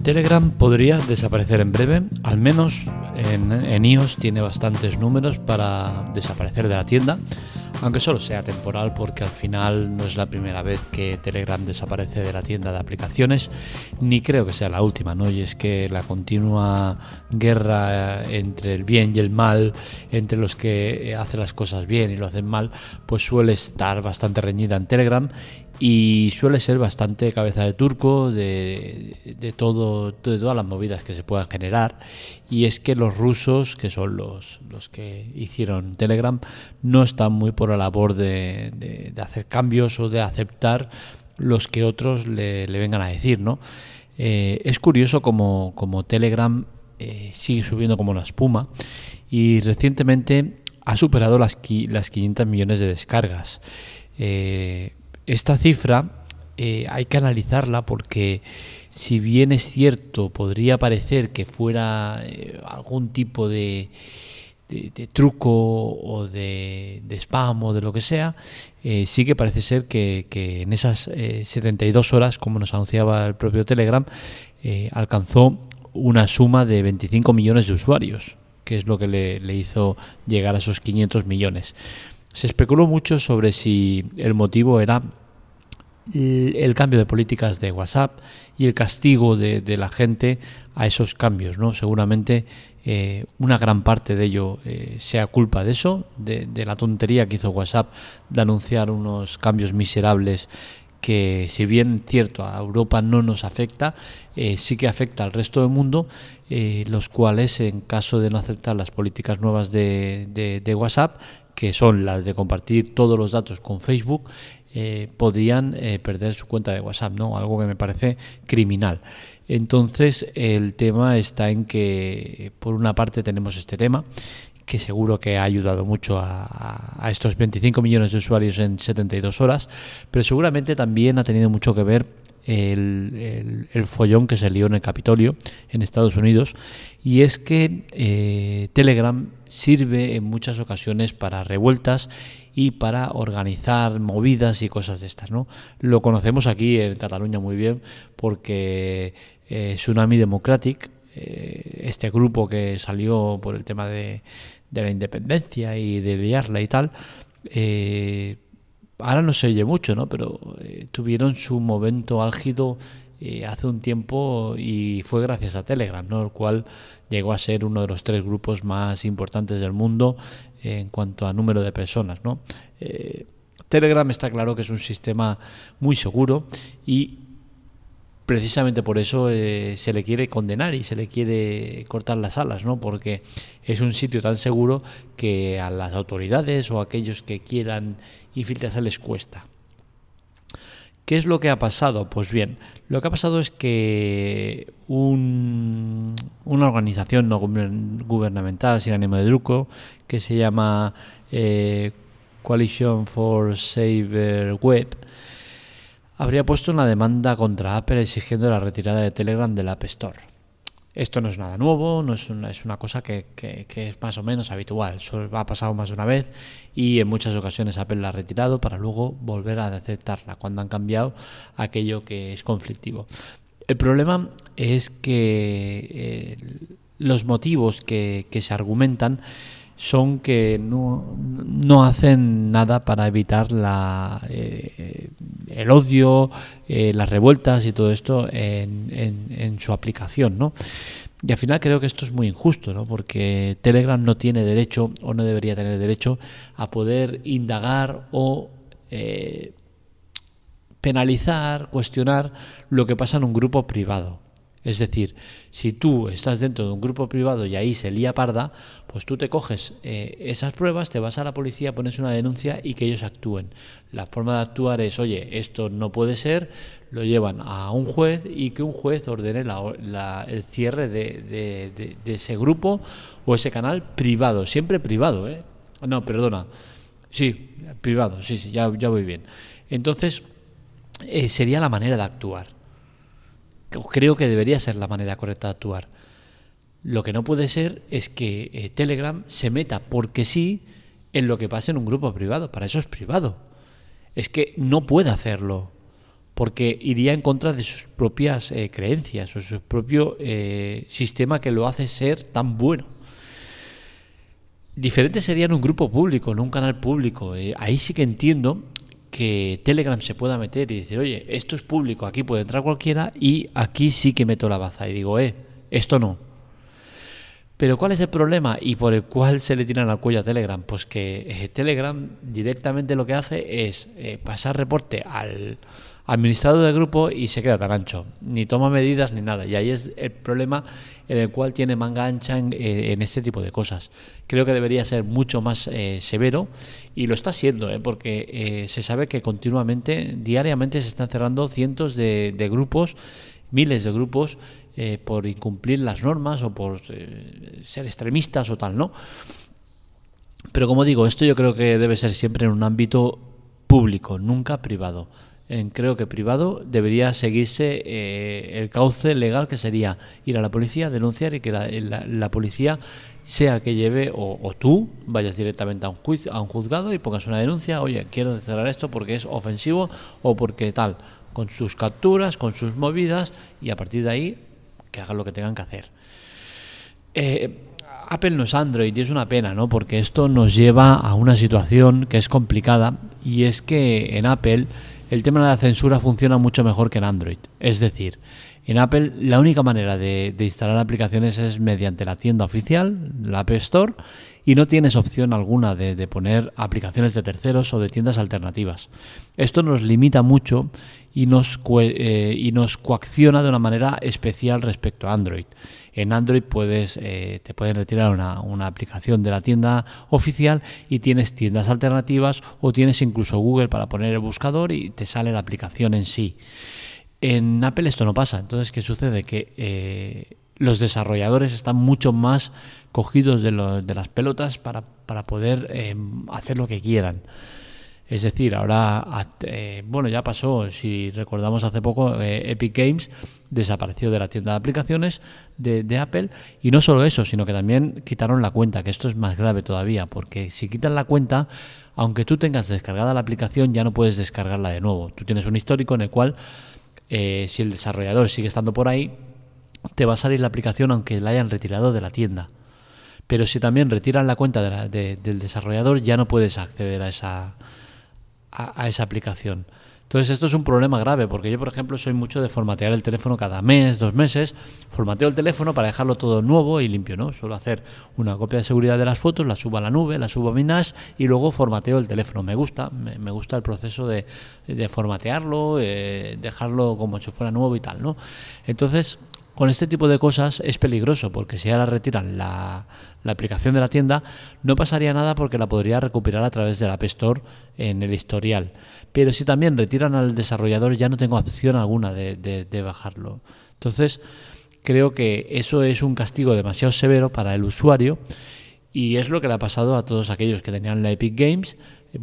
Telegram podría desaparecer en breve, al menos en iOS tiene bastantes números para desaparecer de la tienda, aunque solo sea temporal porque al final no es la primera vez que Telegram desaparece de la tienda de aplicaciones, ni creo que sea la última, ¿no? Y es que la continua guerra entre el bien y el mal, entre los que hacen las cosas bien y lo hacen mal, pues suele estar bastante reñida en Telegram y suele ser bastante cabeza de turco de todas las movidas que se puedan generar. Y es que los rusos, que son los que hicieron Telegram, no están muy por la labor de hacer cambios o de aceptar los que otros le vengan a decir, ¿no? Es curioso como Telegram sigue subiendo como la espuma y recientemente ha superado las 500 millones de descargas. Esta cifra hay que analizarla porque si bien es cierto, podría parecer que fuera algún tipo de truco o de spam o de lo que sea, sí que parece ser que en esas 72 horas, como nos anunciaba el propio Telegram, alcanzó una suma de 25 millones de usuarios, que es lo que le hizo llegar a esos 500 millones. Se especuló mucho sobre si el motivo era el cambio de políticas de WhatsApp y el castigo de la gente a esos cambios, ¿no? Seguramente una gran parte de ello sea culpa de eso, de la tontería que hizo WhatsApp de anunciar unos cambios miserables que, si bien cierto a Europa no nos afecta, sí que afecta al resto del mundo, los cuales, en caso de no aceptar las políticas nuevas de WhatsApp, que son las de compartir todos los datos con Facebook, podrían perder su cuenta de WhatsApp, ¿no? Algo que me parece criminal. Entonces el tema está en que por una parte tenemos este tema que seguro que ha ayudado mucho a estos 25 millones de usuarios en 72 horas, pero seguramente también ha tenido mucho que ver el follón que se lió en el Capitolio en Estados Unidos, y es que Telegram sirve en muchas ocasiones para revueltas y para organizar movidas y cosas de estas, ¿no? Lo conocemos aquí en Cataluña muy bien porque Tsunami Democratic, este grupo que salió por el tema de la independencia y de liarla y tal, ahora no se oye mucho, ¿no? Pero tuvieron su momento álgido hace un tiempo y fue gracias a Telegram, ¿no? El cual llegó a ser uno de los 3 grupos más importantes del mundo en cuanto a número de personas, ¿no? Telegram está claro que es un sistema muy seguro y precisamente por eso se le quiere condenar y se le quiere cortar las alas, ¿no? Porque es un sitio tan seguro que a las autoridades o a aquellos que quieran infiltrarse les cuesta. ¿Qué es lo que ha pasado? Pues bien, lo que ha pasado es que una organización no gubernamental sin ánimo de lucro que se llama Coalition for Safer Web habría puesto una demanda contra Apple exigiendo la retirada de Telegram del App Store. Esto no es nada nuevo, no es una cosa que es más o menos habitual. Eso ha pasado más de una vez y en muchas ocasiones Apple la ha retirado para luego volver a aceptarla cuando han cambiado aquello que es conflictivo. El problema es que los motivos que se argumentan son que no hacen nada para evitar el odio, las revueltas y todo esto en su aplicación, ¿no? Y al final creo que esto es muy injusto, ¿no? Porque Telegram no tiene derecho o no debería tener derecho a poder indagar o penalizar, cuestionar lo que pasa en un grupo privado. Es decir, si tú estás dentro de un grupo privado y ahí se lía parda, pues tú te coges esas pruebas, te vas a la policía, pones una denuncia y que ellos actúen. La forma de actuar es, oye, esto no puede ser, lo llevan a un juez y que un juez ordene el cierre de ese grupo o ese canal privado, siempre privado, ¿eh? No, perdona, sí, privado, sí, ya voy bien. Entonces, sería la manera de actuar. Creo que debería ser la manera correcta de actuar. Lo que no puede ser es que Telegram se meta porque sí en lo que pasa en un grupo privado. Para eso es privado. Es que no puede hacerlo. porque iría en contra de sus propias creencias o su propio sistema que lo hace ser tan bueno. Diferente sería en un grupo público, en un canal público. Ahí sí que entiendo que Telegram se pueda meter y decir, oye, esto es público, aquí puede entrar cualquiera, y aquí sí que meto la baza y digo, esto no. Pero ¿cuál es el problema y por el cual se le tiran al cuello a Telegram? Pues que Telegram directamente lo que hace es pasar reporte al administrador del grupo y se queda tan ancho, ni toma medidas ni nada, y ahí es el problema en el cual tiene manga ancha en este tipo de cosas. Creo que debería ser mucho más severo, y lo está siendo, porque se sabe que continuamente, diariamente se están cerrando cientos de grupos, miles de grupos, por incumplir las normas o por ser extremistas o tal, ¿no? Pero como digo, esto yo creo que debe ser siempre en un ámbito público, nunca privado. Creo que privado debería seguirse el cauce legal, que sería ir a la policía, denunciar, y que la policía sea el que lleve, o tú vayas directamente a un juzgado y pongas una denuncia, oye, quiero cerrar esto porque es ofensivo o porque tal, con sus capturas, con sus movidas, y a partir de ahí que hagan lo que tengan que hacer. Apple no es Android, y es una pena, ¿no? Porque esto nos lleva a una situación que es complicada, y es que en Apple el tema de la censura funciona mucho mejor que en Android. Es decir, en Apple la única manera de instalar aplicaciones es mediante la tienda oficial, la App Store, y no tienes opción alguna de poner aplicaciones de terceros o de tiendas alternativas. Esto nos limita mucho y nos coacciona de una manera especial respecto a Android. En Android te pueden retirar una aplicación de la tienda oficial y tienes tiendas alternativas, o tienes incluso Google para poner el buscador y te sale la aplicación en sí. En Apple esto no pasa. Entonces, ¿qué sucede? Que los desarrolladores están mucho más cogidos de las pelotas para poder hacer lo que quieran. Es decir, ahora, ya pasó, si recordamos hace poco, Epic Games desapareció de la tienda de aplicaciones de Apple, y no solo eso, sino que también quitaron la cuenta, que esto es más grave todavía, porque si quitan la cuenta, aunque tú tengas descargada la aplicación, ya no puedes descargarla de nuevo. Tú tienes un histórico en el cual, si el desarrollador sigue estando por ahí, te va a salir la aplicación aunque la hayan retirado de la tienda. Pero si también retiran la cuenta del desarrollador, ya no puedes acceder a esa aplicación. Entonces esto es un problema grave, porque yo, por ejemplo, soy mucho de formatear el teléfono cada mes, 2 meses. Formateo el teléfono para dejarlo todo nuevo y limpio, ¿no? Suelo hacer una copia de seguridad de las fotos, la subo a la nube, la subo a mi NAS, y luego formateo el teléfono. Me gusta el proceso de formatearlo, dejarlo como si fuera nuevo y tal, ¿no? Entonces, con este tipo de cosas es peligroso, porque si ahora retiran la aplicación de la tienda, no pasaría nada porque la podría recuperar a través de la App Store en el historial. Pero si también retiran al desarrollador, ya no tengo opción alguna de bajarlo. Entonces, creo que eso es un castigo demasiado severo para el usuario, y es lo que le ha pasado a todos aquellos que tenían la Epic Games,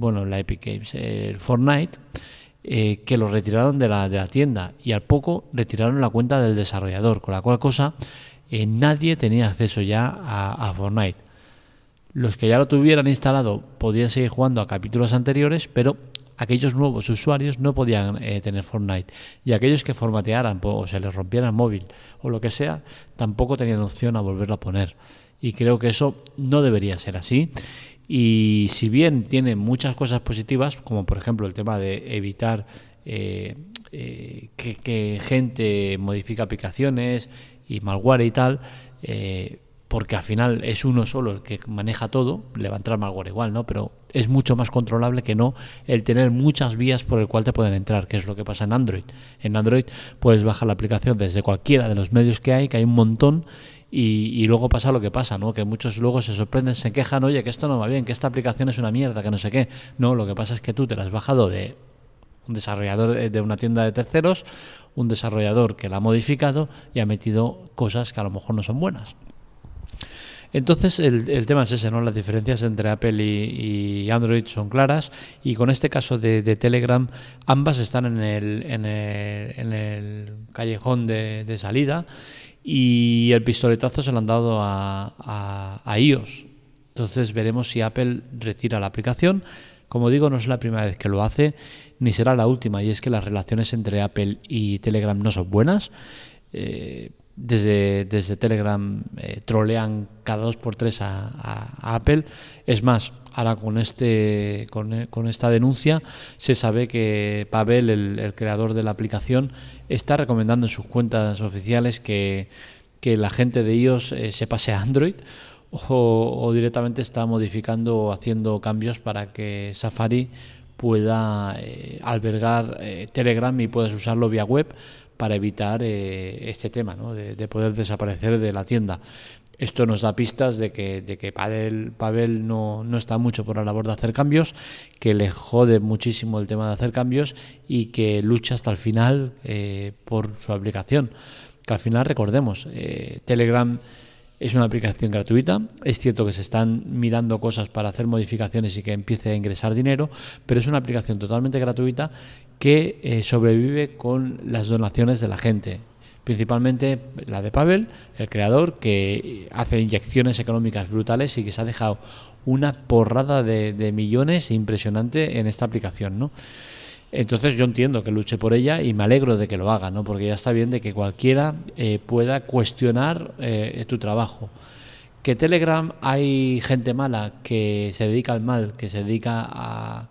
el Fortnite, que lo retiraron de la tienda, y al poco retiraron la cuenta del desarrollador, con la cual cosa nadie tenía acceso ya a Fortnite. Los que ya lo tuvieran instalado podían seguir jugando a capítulos anteriores, pero aquellos nuevos usuarios no podían tener Fortnite, y aquellos que formatearan o se les rompiera el móvil o lo que sea, tampoco tenían opción a volverlo a poner. Y creo que eso no debería ser así. Y si bien tiene muchas cosas positivas, como por ejemplo el tema de evitar que gente modifique aplicaciones y malware y tal, porque al final es uno solo el que maneja todo, le va a entrar malware igual, ¿no? Pero es mucho más controlable que no el tener muchas vías por el cual te pueden entrar, que es lo que pasa en Android. En Android puedes bajar la aplicación desde cualquiera de los medios que hay un montón, y luego pasa lo que pasa, ¿no? Que muchos luego se sorprenden, se quejan, oye, que esto no va bien, que esta aplicación es una mierda, que no sé qué. No, lo que pasa es que tú te la has bajado de un desarrollador de una tienda de terceros, un desarrollador que la ha modificado y ha metido cosas que a lo mejor no son buenas. Entonces el tema es ese, ¿no? Las diferencias entre Apple y Android son claras, y con este caso de Telegram, ambas están en el callejón de salida, y el pistoletazo se lo han dado a iOS. Entonces veremos si Apple retira la aplicación. Como digo, no es la primera vez que lo hace, ni será la última, y es que las relaciones entre Apple y Telegram no son buenas. Desde Telegram trolean cada 2x3 a Apple. Es más, ahora con esta denuncia se sabe que Pavel, el creador de la aplicación, está recomendando en sus cuentas oficiales que la gente de iOS se pase a Android, o directamente está modificando o haciendo cambios para que Safari pueda albergar Telegram y puedas usarlo vía web, para evitar este tema, ¿no? de poder desaparecer de la tienda. Esto nos da pistas de que Pavel no está mucho por la labor de hacer cambios, que le jode muchísimo el tema de hacer cambios y que lucha hasta el final por su aplicación. Que al final, recordemos, Telegram es una aplicación gratuita. Es cierto que se están mirando cosas para hacer modificaciones y que empiece a ingresar dinero, pero es una aplicación totalmente gratuita que sobrevive con las donaciones de la gente, principalmente la de Pavel, el creador, que hace inyecciones económicas brutales y que se ha dejado una porrada de millones impresionante en esta aplicación, ¿no? Entonces yo entiendo que luche por ella y me alegro de que lo haga, ¿no? Porque ya está bien de que cualquiera pueda cuestionar tu trabajo. Que Telegram hay gente mala que se dedica al mal, que se dedica a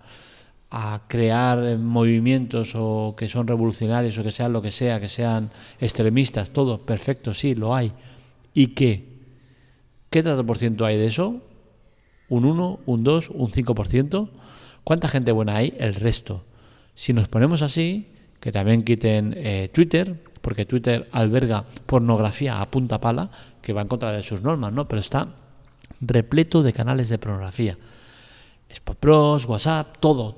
crear movimientos o que son revolucionarios o que sean lo que sea, que sean extremistas, todo, perfecto, sí, lo hay. ¿Y qué? ¿Qué tanto por ciento hay de eso? ¿Un 1, un 2, un 5%? ¿Cuánta gente buena hay? El resto. Si nos ponemos así, que también quiten Twitter, porque Twitter alberga pornografía a punta pala, que va en contra de sus normas, ¿no? Pero está repleto de canales de pornografía. Spot Bros, WhatsApp, todo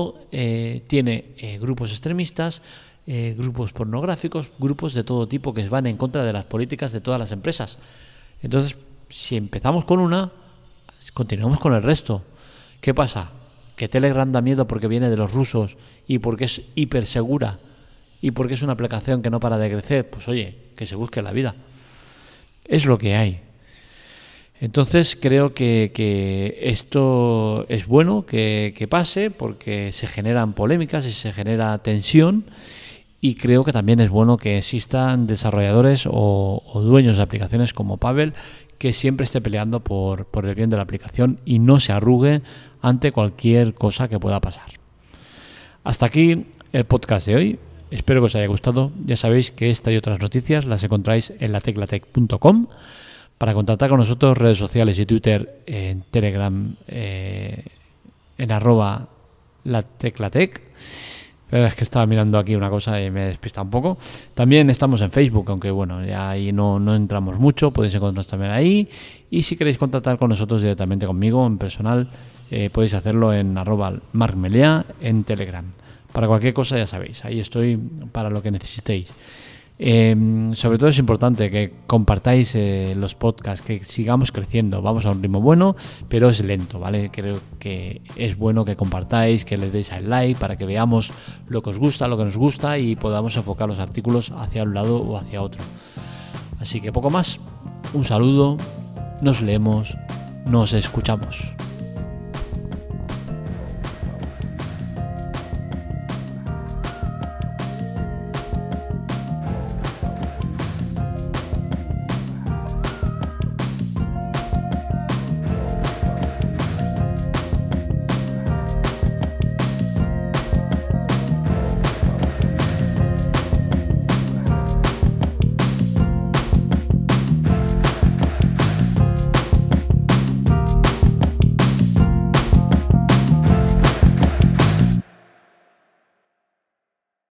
tiene grupos extremistas, grupos pornográficos, grupos de todo tipo que van en contra de las políticas de todas las empresas. Entonces, si empezamos con una, continuamos con el resto. ¿Qué pasa? ¿Que Telegram da miedo porque viene de los rusos y porque es hiper segura y porque es una aplicación que no para de crecer? Pues oye, que se busque la vida. Es lo que hay. Entonces creo que esto es bueno que pase, porque se generan polémicas y se genera tensión, y creo que también es bueno que existan desarrolladores o dueños de aplicaciones como Pavel, que siempre esté peleando por el bien de la aplicación y no se arrugue ante cualquier cosa que pueda pasar. Hasta aquí el podcast de hoy. Espero que os haya gustado. Ya sabéis que esta y otras noticias las encontráis en lateclatec.com. Para contactar con nosotros, redes sociales y Twitter, en Telegram, en @lateclatec. Pero es que estaba mirando aquí una cosa y me despista un poco. También estamos en Facebook, aunque bueno, ya ahí no entramos mucho. Podéis encontrarnos también ahí. Y si queréis contactar con nosotros directamente conmigo, en personal, podéis hacerlo en @marcmelea en Telegram. Para cualquier cosa, ya sabéis, ahí estoy para lo que necesitéis. Sobre todo es importante que compartáis los podcasts, que sigamos creciendo. Vamos a un ritmo bueno, pero es lento, ¿vale? Creo que es bueno que compartáis, que les deis al like para que veamos lo que os gusta, lo que nos gusta, y podamos enfocar los artículos hacia un lado o hacia otro. Así que poco más. Un saludo, nos leemos, nos escuchamos.